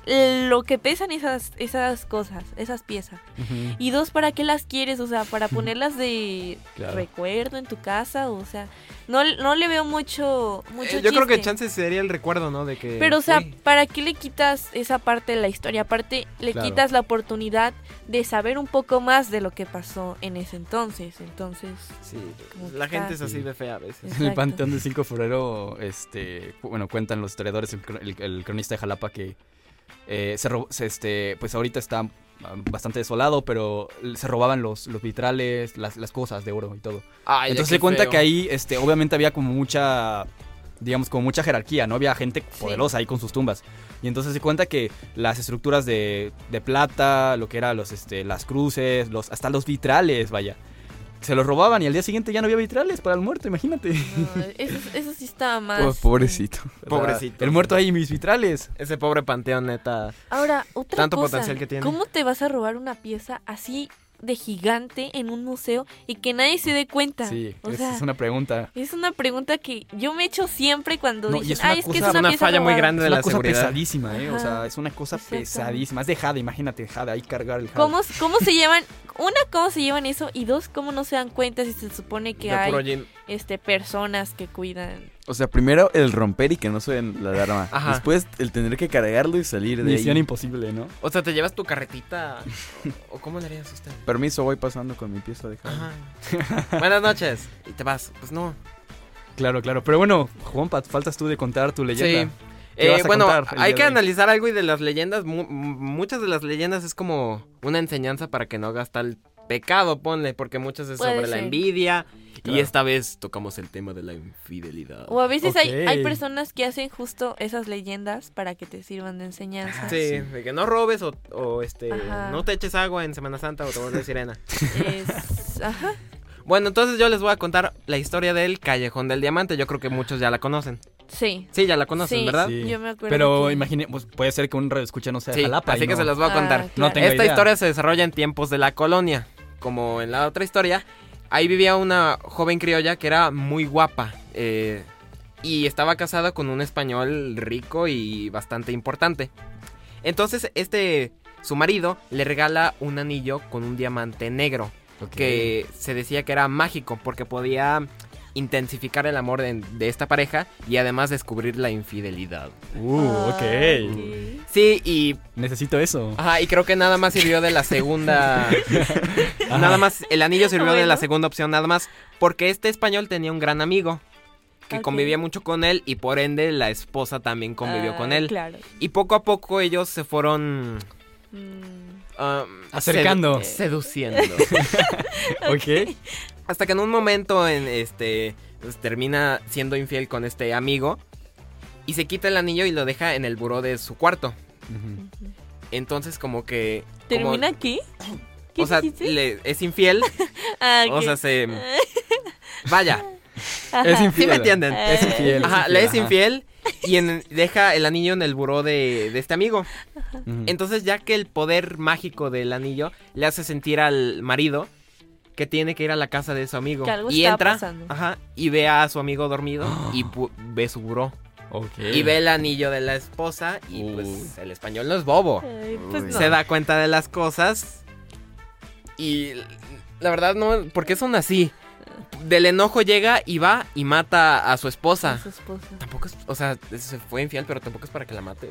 lo que pesan esas esas cosas, esas piezas. Y dos, ¿para qué las quieres? O sea, para ponerlas de Claro. recuerdo en tu casa, o sea, no, no le veo mucho, mucho Eh, yo creo que chiste. chance sería el recuerdo, ¿no? De que. Pero, o sea, fui. ¿para qué le quitas esa parte de la historia? Aparte, le Claro. quitas la oportunidad de saber un poco más de lo que pasó en ese entonces. Entonces, Sí, como la que gente está- es así de fea a veces. En el Exacto. Panteón del cinco de febrero, este, cu- bueno, cuentan los historiadores, el, cro- el- el cronista de Jalapa que eh, se, ro- se, este, pues ahorita está ah, bastante desolado, pero se robaban los, los vitrales, las, las cosas de oro y todo. Ay, Entonces qué se cuenta feo. que ahí, este, obviamente había como mucha, digamos, como mucha jerarquía, ¿no? Había gente poderosa ahí con sus tumbas. Y entonces se cuenta que las estructuras de, de plata, lo que eran los, este, las cruces, los, hasta los vitrales, vaya, se los robaban y al día siguiente ya no había vitrales para el muerto, imagínate. no, eso, eso sí estaba más. Po- pobrecito. O sea, Pobrecito. el muerto ahí, mis vitrales. Ese pobre panteón, neta. Ahora, otra Tanto cosa. potencial que tiene. ¿Cómo te vas a robar una pieza así de gigante en un museo y que nadie se dé cuenta? Sí, o esa sea, es una pregunta. es una pregunta que yo me echo siempre cuando No, y dicen, es una ay, es que es cosa- una, una pieza falla muy robada". grande Es de una la cosa seguridad. pesadísima, ¿eh? O sea, Ajá. es una cosa Exacto. pesadísima. Es de jade, imagínate, jade, ahí cargar el jade. ¿Cómo, ¿Cómo se llevan? Una, ¿cómo se llevan eso? Y dos, ¿cómo no se dan cuenta si se supone que De puro hay gin. este personas que cuidan? O sea, primero el romper y que no suene la alarma. Ajá. Después el tener que cargarlo y salir de Misión ahí. imposible, ¿no? O sea, te llevas tu carretita. ¿O cómo le harías usted? Permiso, voy pasando con mi pieza de jade. Ajá. Buenas noches. Y te vas. Pues no. Claro, claro. Pero bueno, Juanpa, faltas tú de contar tu leyenda. Sí. ¿Qué Eh, vas a bueno, contar el hay día que de hoy? analizar algo y de las leyendas. mu- muchas de las leyendas es como una enseñanza para que no hagas tal pecado, ponle, porque muchas es Puede sobre la ser. envidia. Claro. Y esta vez tocamos el tema de la infidelidad. O a veces hay, Ok. hay personas que hacen justo esas leyendas para que te sirvan de enseñanza. Sí, de que no robes o, o, este Ajá. no te eches agua en Semana Santa o te vuelves sirena. Es... Ajá. Bueno, entonces yo les voy a contar la historia del Callejón del Diamante. Yo creo que muchos ya la conocen. Sí. Sí, ya la conocen, Sí. ¿verdad? Sí. Yo me acuerdo Pero que- imagine, pues, puede ser que un radioescucha no sea de Sí, Jalapa. así y que no- se las voy a contar. Ah, No claro. tengo Esta idea. historia se desarrolla en tiempos de la colonia. Como en la otra historia, ahí vivía una joven criolla que era muy guapa. eh, y estaba casada con un español rico y bastante importante. Entonces, este, su marido, le regala un anillo con un diamante negro. Ok. Que se decía que era mágico porque podía intensificar el amor de, de esta pareja y además descubrir la infidelidad. Uh, Ah, ok. Sí, y Necesito eso. ajá, y creo que nada más sirvió de la segunda. Nada más, el anillo sirvió de la Bueno. segunda opción, nada más. Porque este español tenía un gran amigo que Ok. convivía mucho con él y por ende la esposa también convivió Ah, con él. Claro. Y poco a poco ellos se fueron Mm, um, Acercando. sedu- seduciendo. Ok. Hasta que en un momento en este pues, termina siendo infiel con este amigo y se quita el anillo y lo deja en el buró de su cuarto. Ujú. Entonces como que como- ¿Termina aquí? ¿Qué o sea, dijiste? le- es infiel, Ah, o ok. sea, se vaya, Ajá. Es infiel. ¿sí me entienden? Es infiel. es Ajá, le es ajá. infiel y en- deja el anillo en el buró de, de este amigo. Ujú. Entonces, ya que el poder mágico del anillo le hace sentir al marido que tiene que ir a la casa de su amigo. Que algo y está entra, pasando. ajá, y ve a su amigo dormido y pu- ve su buró. Ok. Y ve el anillo de la esposa y Uh. pues el español no es bobo. Ay, pues Uy. no. Se da cuenta de las cosas y la verdad no, porque son así. Del enojo llega y va y mata a su A esposa. su esposa. Tampoco es, o sea, se fue infiel, pero tampoco es para que la mate.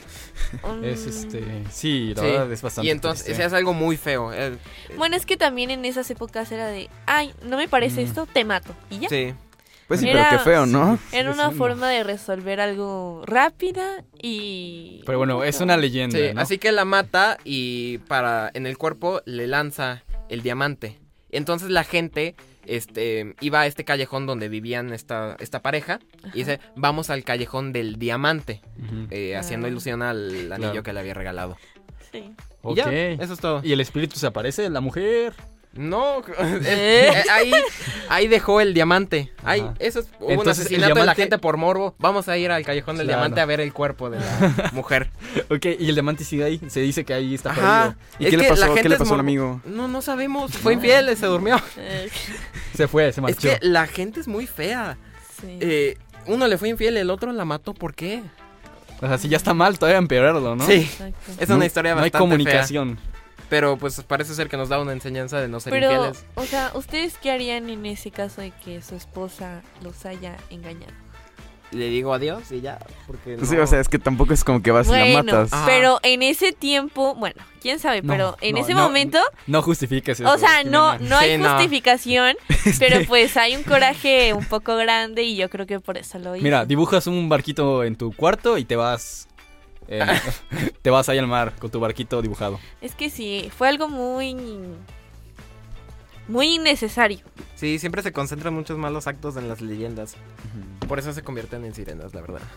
Es Mm. este. Sí, la Sí. verdad es bastante. Y entonces triste. es algo muy feo. eh, Bueno, es que también en esas épocas era de, ay, no me parece Mm. esto, te mato. Y ya. Sí. Pues sí, Era- pero qué feo, ¿no? Era sigue una siendo. forma de resolver algo rápida y... Pero bueno, es una leyenda. Sí, ¿no? así que la mata y para en el cuerpo le lanza el diamante. Entonces la gente este iba a este callejón donde vivían esta, esta pareja y dice, vamos al callejón del diamante, Ujú. eh, haciendo Ah. ilusión al anillo Claro. que le había regalado. Sí. Y Ok. ya, eso es todo. ¿Y el espíritu se aparece? ¿La mujer? No, eh, eh, ahí, ahí dejó el diamante. Ahí, Ajá. eso es, hubo un Entonces, el asesinato de la diamante- gente por morbo. Vamos a ir al callejón del Claro. diamante a ver el cuerpo de la mujer. Ok, y el diamante sigue ahí. Se dice que ahí está Ajá. ¿Y Es qué le que pasó? la ¿Qué gente le es pasó al morbo- amigo? No, no sabemos. Fue infiel, se durmió. Eh, perdido. Se fue, se Es marchó. que la gente es muy fea. sí. Eh, uno le fue infiel, el otro la mató. ¿Por qué? O sea, si ya está mal, todavía empeorarlo, ¿no? Sí, Exacto. es No- una historia No hay bastante comunicación. fea. Pero pues parece ser que nos da una enseñanza de no ser Pero, infieles. o sea, ¿ustedes qué harían en ese caso de que su esposa los haya engañado? Le digo adiós y ya. Porque Sí, no- o sea, es que tampoco es como que vas y la Bueno, matas. Ajá. pero en ese tiempo, bueno, quién sabe, No, pero en no, ese no, momento, No justifiques eso. o sea, no, Jimena. no hay Sí, no. justificación, pero pues hay un coraje un poco grande y yo creo que por eso lo hizo. Mira, dibujas un barquito en tu cuarto y te vas. eh, te vas ahí al mar con tu barquito dibujado. Es que sí, fue algo muy, muy innecesario. Sí, siempre se concentran muchos malos actos en las leyendas. Por eso se convierten en sirenas, la verdad.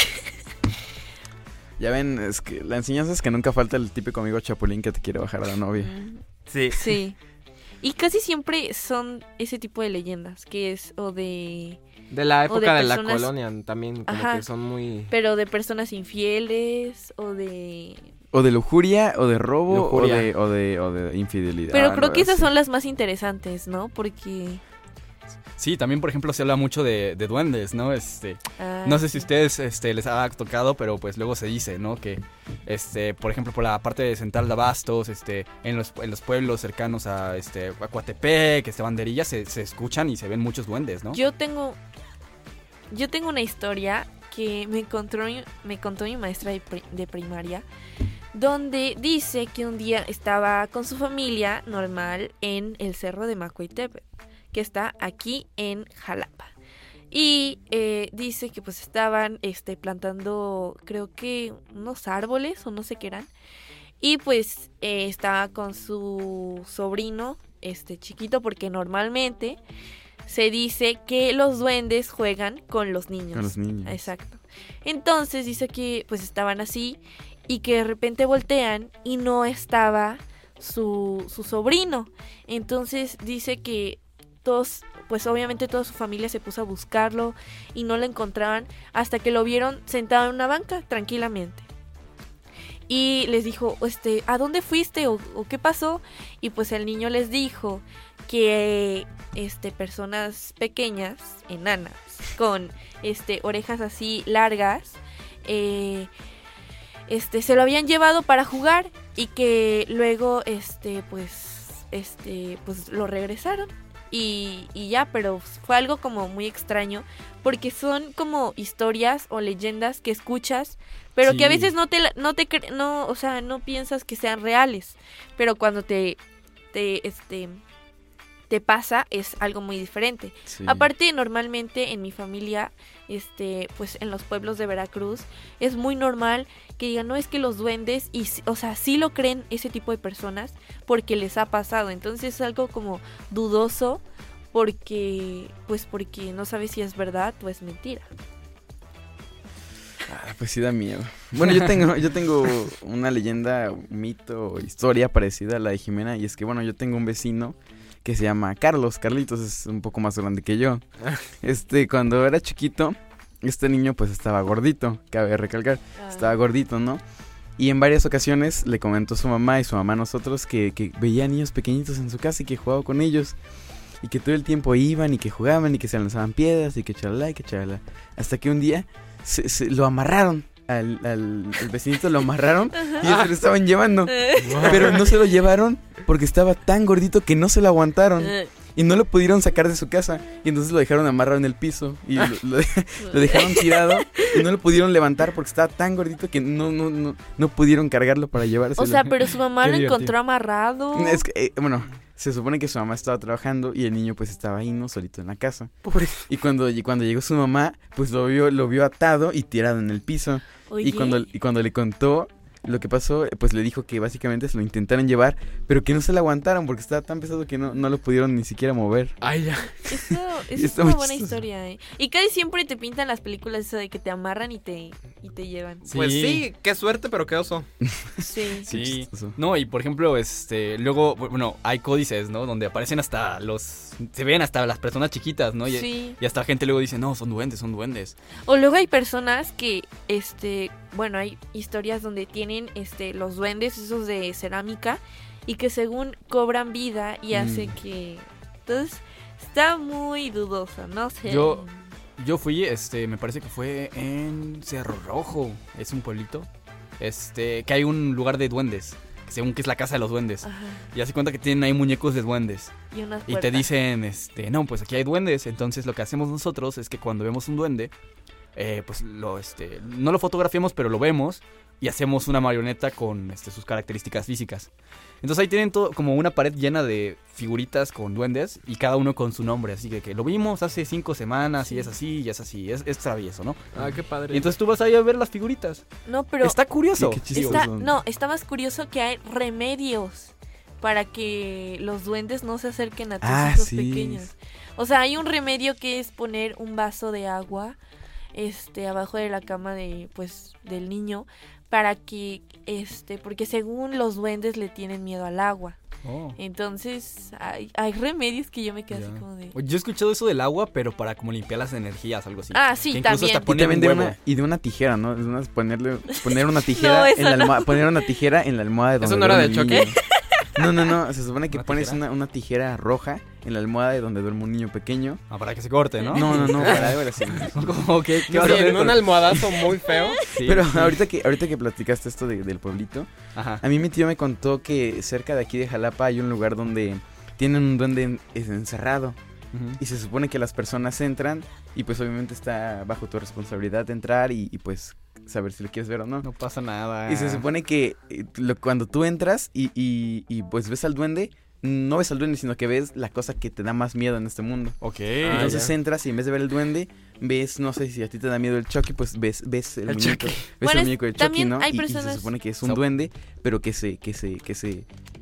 Ya ven, es que la enseñanza es que nunca falta el típico amigo chapulín que te quiere bajar a la novia. Mm, Sí. Sí. Y casi siempre son ese tipo de leyendas, que es o de... De la O de época de, la personas- colonia también, como Ajá. que son muy... Pero de personas infieles o de... O de lujuria, o de robo, Lujuria. o de, o de, o de infidelidad. Pero algo creo que esas así. son las más interesantes, ¿no? Porque... Sí, también, por ejemplo, se habla mucho de, de duendes, ¿no? Este, ah, no sé si sí. ustedes este, les ha tocado, pero pues luego se dice, ¿no? Que, este, por ejemplo, por la parte de Central de Abastos, este, en los, en los pueblos cercanos a, este, a Coatepec, este, Banderilla, se, se escuchan y se ven muchos duendes, ¿no? Yo tengo... Yo tengo una historia que me contó, me contó mi maestra de, pri- de primaria, donde dice que un día estaba con su familia normal en el cerro de Macuitepec, que está aquí en Jalapa. Y eh, dice que pues estaban este, plantando, creo que unos árboles o no sé qué eran. Y pues eh, estaba con su sobrino este chiquito, porque normalmente se dice que los duendes juegan con los niños. Con los niños. Exacto. Entonces dice que pues estaban así y que de repente voltean y no estaba su, su sobrino. Entonces dice que todos, pues obviamente toda su familia se puso a buscarlo y no lo encontraban hasta que lo vieron sentado en una banca tranquilamente. Y les dijo, este, ¿a dónde fuiste? ¿O, o qué pasó? Y pues el niño les dijo que este, personas pequeñas, enanas, con este, orejas así largas, eh, este, se lo habían llevado para jugar y que luego, este, pues, este, pues lo regresaron. Y, y ya, pero fue algo como muy extraño, porque son como historias o leyendas que escuchas, pero Sí. que a veces no te, la- no te, cre- no, o sea, no piensas que sean reales, pero cuando te, te, este, te pasa es algo muy diferente. Sí. Aparte, normalmente en mi familia, este, pues en los pueblos de Veracruz, es muy normal que digan, no, es que los duendes, y, s- o sea, sí lo creen ese tipo de personas porque les ha pasado. Entonces es algo como dudoso porque, pues porque no sabes si es verdad o es mentira. Ah, pues sí da miedo. Bueno, yo tengo, yo tengo una leyenda, un mito, historia parecida a la de Jimena. Y es que, bueno, yo tengo un vecino que se llama Carlos. Carlitos es un poco más grande que yo. Este, cuando era chiquito, este niño pues estaba gordito, cabe recalcar. Estaba gordito, ¿no? Y en varias ocasiones le comentó a su mamá y su mamá a nosotros que, que veía niños pequeñitos en su casa y que jugaba con ellos. Y que todo el tiempo iban y que jugaban y que se lanzaban piedras y que chalala y que chalala. Hasta que un día se, se lo amarraron. Al, al, al vecinito lo amarraron y se lo estaban llevando. Pero no se lo llevaron porque estaba tan gordito que no se lo aguantaron. Y no lo pudieron sacar de su casa. Y entonces lo dejaron amarrado en el piso. Y lo, lo, lo dejaron tirado. Y no lo pudieron levantar porque estaba tan gordito que no, no, no, no pudieron cargarlo para llevárselo. O sea, pero su mamá Qué lo divertido. encontró amarrado. Es que, eh, bueno, se supone que su mamá estaba trabajando y el niño pues estaba ahí, ¿no? Solito en la casa. Pobre. Y cuando, y cuando llegó su mamá, pues lo vio, lo vio atado y tirado en el piso. Oye, Y cuando, y cuando le contó lo que pasó, pues le dijo que básicamente se lo intentaron llevar, pero que no se lo aguantaron porque estaba tan pesado que no, no lo pudieron ni siquiera mover. Ay, ya. eso, eso es Está una muy buena chistoso. historia, ¿eh? Y casi siempre te pintan las películas eso de que te amarran y te, y te llevan. Pues sí, qué suerte, pero qué oso. Sí. Sí. chistoso. No, y por ejemplo, este, luego, bueno, hay códices, ¿no? Donde aparecen hasta los, se ven hasta las personas chiquitas, ¿no? Y, Sí. y hasta gente luego dice, no, son duendes, son duendes. O luego hay personas que, este, bueno, hay historias donde tienen, este, los duendes, esos de cerámica, y que según cobran vida y hace Mm. que, entonces, está muy dudoso, no sé. Yo- Yo fui, este, me parece que fue en Cerro Rojo, es un pueblito, este, que hay un lugar de duendes, según que es la casa de los duendes. Ajá. Y hace cuenta que tienen ahí muñecos de duendes. Y unas Y te puertas. dicen, este, no, pues aquí hay duendes. Entonces lo que hacemos nosotros es que cuando vemos un duende, eh, pues lo, este, no lo fotografiamos, pero lo vemos y hacemos una marioneta con este, sus características físicas. Entonces ahí tienen todo, como una pared llena de figuritas con duendes y cada uno con su nombre. Así que, que lo vimos hace cinco semanas y es así y es así. Es, es travieso, ¿no? Ah, qué padre. Y entonces tú vas ahí a ver las figuritas. No, pero Está curioso. Qué chistoso. está, son. no, está más curioso que hay remedios para que los duendes no se acerquen a tus Ah, hijos sí. pequeños. O sea, hay un remedio que es poner un vaso de agua, este, abajo de la cama de, pues, del niño, para que, este, porque según los duendes le tienen miedo al agua. Oh. Entonces, hay, hay remedios que yo me quedo Ya. así como de... Yo he escuchado eso del agua, pero para como limpiar las energías, algo así. Ah, sí, Que incluso también. hasta Y poner también un de huevo. una, y de una tijera, ¿no? De una- ponerle, poner una tijera No, en eso la no. almohada, poner una tijera en la almohada de donde ¿Eso no era duerme de el choque? niño. No, no, no, se supone que ¿Una pones tijera? una, una tijera roja en la almohada de donde duerme un niño pequeño. Ah, para que se corte, ¿no? No, no, no, para algo así. Como que, ¿qué Sí, vas a hacer en con- un almohadazo muy feo. Sí. Pero ahorita que ahorita que platicaste esto de- del pueblito, Ajá. a mí mi tío me contó que cerca de aquí de Jalapa hay un lugar donde tienen un duende en- es encerrado. Ujú. Y se supone que las personas entran y pues obviamente está bajo tu responsabilidad entrar y, y pues saber si lo quieres ver o no. No pasa nada. Y se supone que eh, lo- cuando tú entras y, y, y, pues ves al duende, no ves al duende, sino que ves la cosa que te da más miedo en este mundo. Ok. Ah, Entonces ya. entras y en vez de ver el duende, ves, no sé si a ti te da miedo el Chucky, pues ves, ves el, El muñeco. Chucky. Ves Bueno, el es- muñeco del Chucky, también ¿no? hay Y- y, se personas- supone que es un So- duende, pero que se, que se, que se,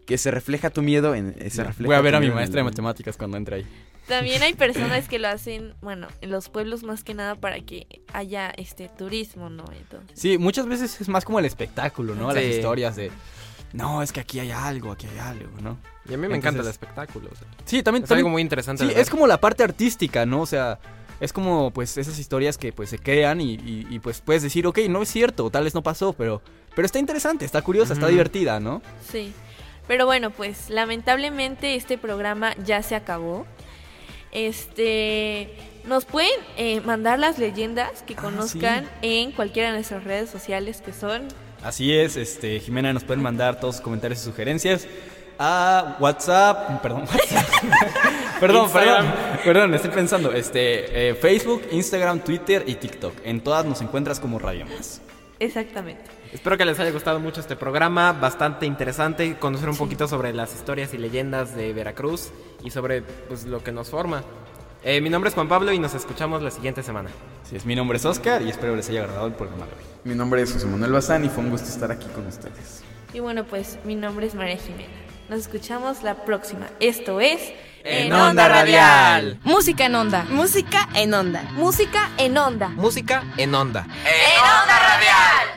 que se refleja tu miedo en... Se refleja Voy a ver tu a mi miedo en maestra de el- matemáticas cuando entre ahí. También hay personas que lo hacen, bueno, en los pueblos más que nada para que haya este turismo, ¿no? Entonces, Sí, muchas veces es más como el espectáculo, ¿no? Las Sí. historias de... No, es que aquí hay algo, aquí hay algo, ¿no? Y a mí me Entonces- encanta el espectáculo. O sea, Sí, también... es también algo muy interesante. sí, de ver. es como la parte artística, ¿no? O sea, es como pues esas historias que pues se crean y, y- y, pues puedes decir, ok, no es cierto, tal vez no pasó, pero, pero está interesante, está curiosa, está Ujú. divertida, ¿no? sí. Pero bueno, pues lamentablemente este programa ya se acabó. Este, nos pueden eh, mandar las leyendas que Ah, conozcan en cualquiera de nuestras redes sociales que son Así es, este, Jimena, nos pueden mandar todos sus comentarios y sugerencias a WhatsApp, perdón, WhatsApp. perdón, Instagram. perdón, perdón, estoy pensando, este, eh, Facebook, Instagram, Twitter y TikTok. En todas nos encuentras como Radio Más. exactamente. Espero que les haya gustado mucho este programa, bastante interesante, conocer un poquito sobre las historias y leyendas de Veracruz y sobre pues lo que nos forma. Eh, mi nombre es Juan Pablo y nos escuchamos la siguiente semana. Así es, mi nombre es Oscar y espero les haya agradado el programa de hoy. Mi nombre es José Manuel Bazán y fue un gusto estar aquí con ustedes. Y bueno, pues mi nombre es María Jimena. Nos escuchamos la próxima. Esto es En Onda Radial. Música en onda. Música en onda. Música en Onda. Música en onda. En Onda Radial.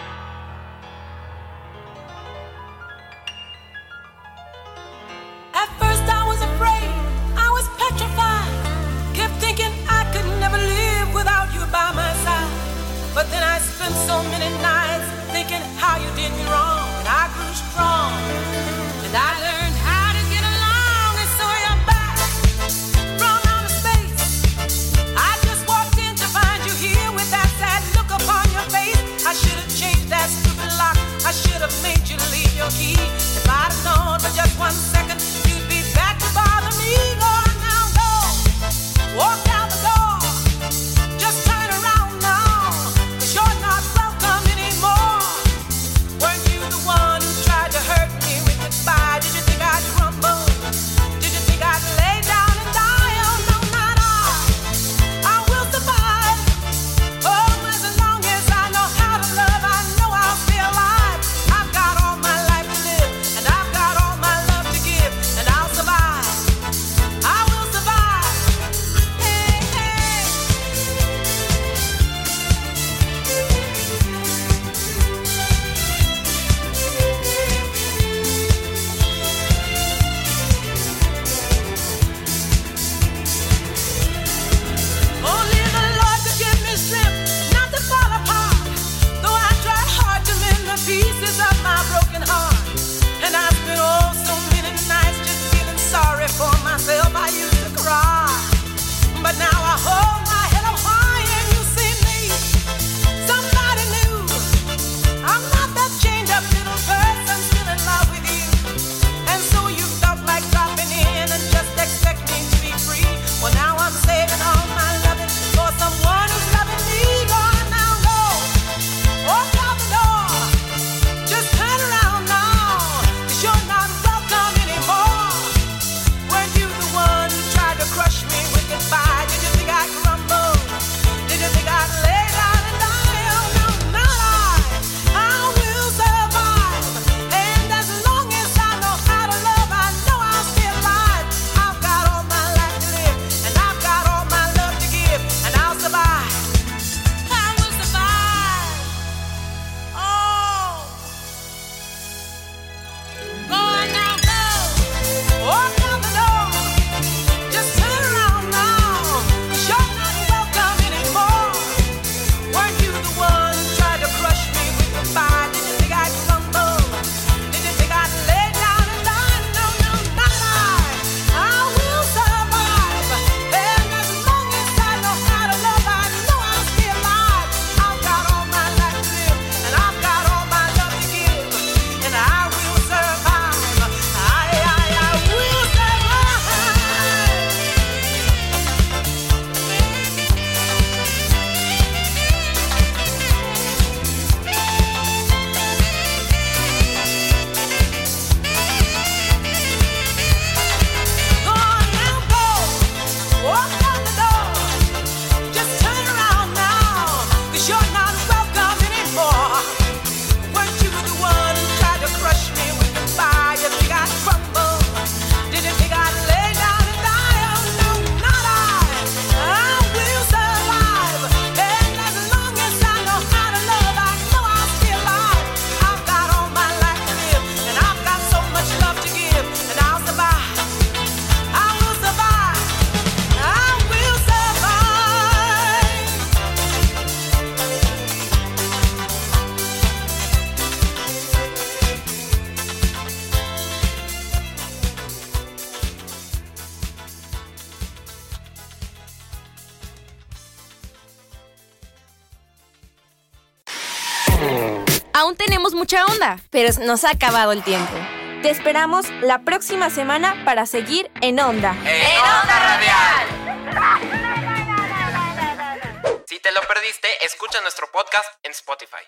At first I was afraid, I was petrified. Kept thinking I could never live without you by my side. But then I spent so many nights thinking how you did me wrong. And I grew strong, and I learned how to get along. And so you're back from outer space. I just walked in to find you here with that sad look upon your face. I should have changed that stupid lock. I should have made you leave your key. If I'd have known for just one second you'd be back to bother me. Go on now, go. Walk out the door. Just turn around now, 'cause you're not welcome anymore. Weren't you the one who tried to hurt me Aún tenemos mucha onda, pero nos ha acabado el tiempo. Te esperamos la próxima semana para seguir en Onda. ¡En Onda Radial! Si te lo perdiste, escucha nuestro podcast en Spotify.